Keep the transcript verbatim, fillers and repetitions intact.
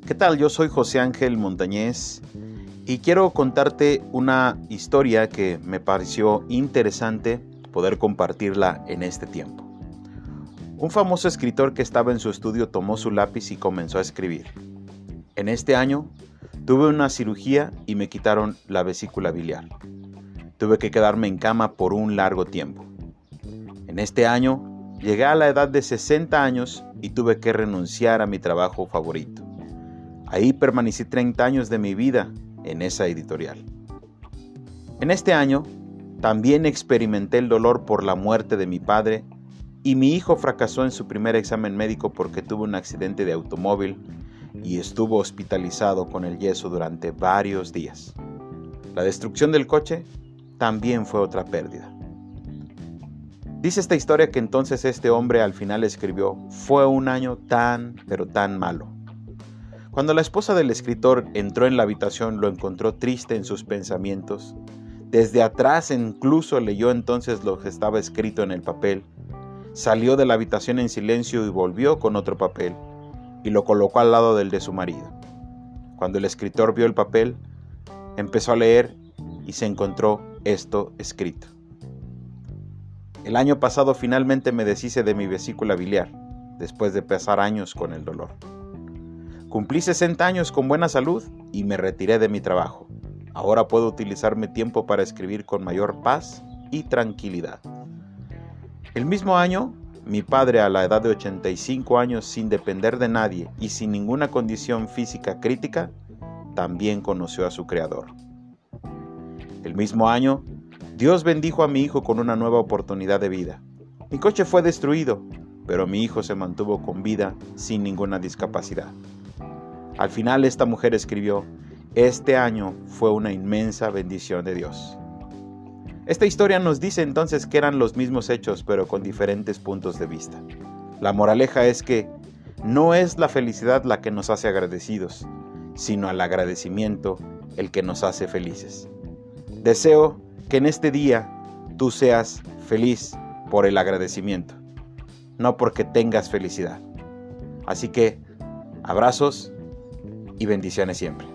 ¿Qué tal? Yo soy José Ángel Montañez y quiero contarte una historia que me pareció interesante poder compartirla en este tiempo. Un famoso escritor que estaba en su estudio tomó su lápiz y comenzó a escribir. En este año tuve una cirugía y me quitaron la vesícula biliar. Tuve que quedarme en cama por un largo tiempo. En este año llegué a la edad de sesenta años y tuve que renunciar a mi trabajo favorito. Ahí permanecí treinta años de mi vida en esa editorial. En este año también experimenté el dolor por la muerte de mi padre y mi hijo fracasó en su primer examen médico porque tuvo un accidente de automóvil y estuvo hospitalizado con el yeso durante varios días. La destrucción del coche también fue otra pérdida. Dice esta historia que entonces este hombre al final escribió: fue un año tan, pero tan malo. Cuando la esposa del escritor entró en la habitación, lo encontró triste en sus pensamientos. Desde atrás incluso leyó entonces lo que estaba escrito en el papel. Salió de la habitación en silencio y volvió con otro papel y lo colocó al lado del de su marido. Cuando el escritor vio el papel, empezó a leer y se encontró esto escrito: el año pasado finalmente me deshice de mi vesícula biliar, después de pasar años con el dolor. Cumplí sesenta años con buena salud y me retiré de mi trabajo. Ahora puedo utilizar mi tiempo para escribir con mayor paz y tranquilidad. El mismo año, mi padre, a la edad de ochenta y cinco años, sin depender de nadie y sin ninguna condición física crítica, también conoció a su Creador. El mismo año, Dios bendijo a mi hijo con una nueva oportunidad de vida. Mi coche fue destruido, pero mi hijo se mantuvo con vida sin ninguna discapacidad. Al final esta mujer escribió: este año fue una inmensa bendición de Dios. Esta historia nos dice entonces que eran los mismos hechos, pero con diferentes puntos de vista. La moraleja es que no es la felicidad la que nos hace agradecidos, sino el agradecimiento el que nos hace felices. Deseo que en este día tú seas feliz por el agradecimiento, no porque tengas felicidad. Así que, abrazos y bendiciones siempre.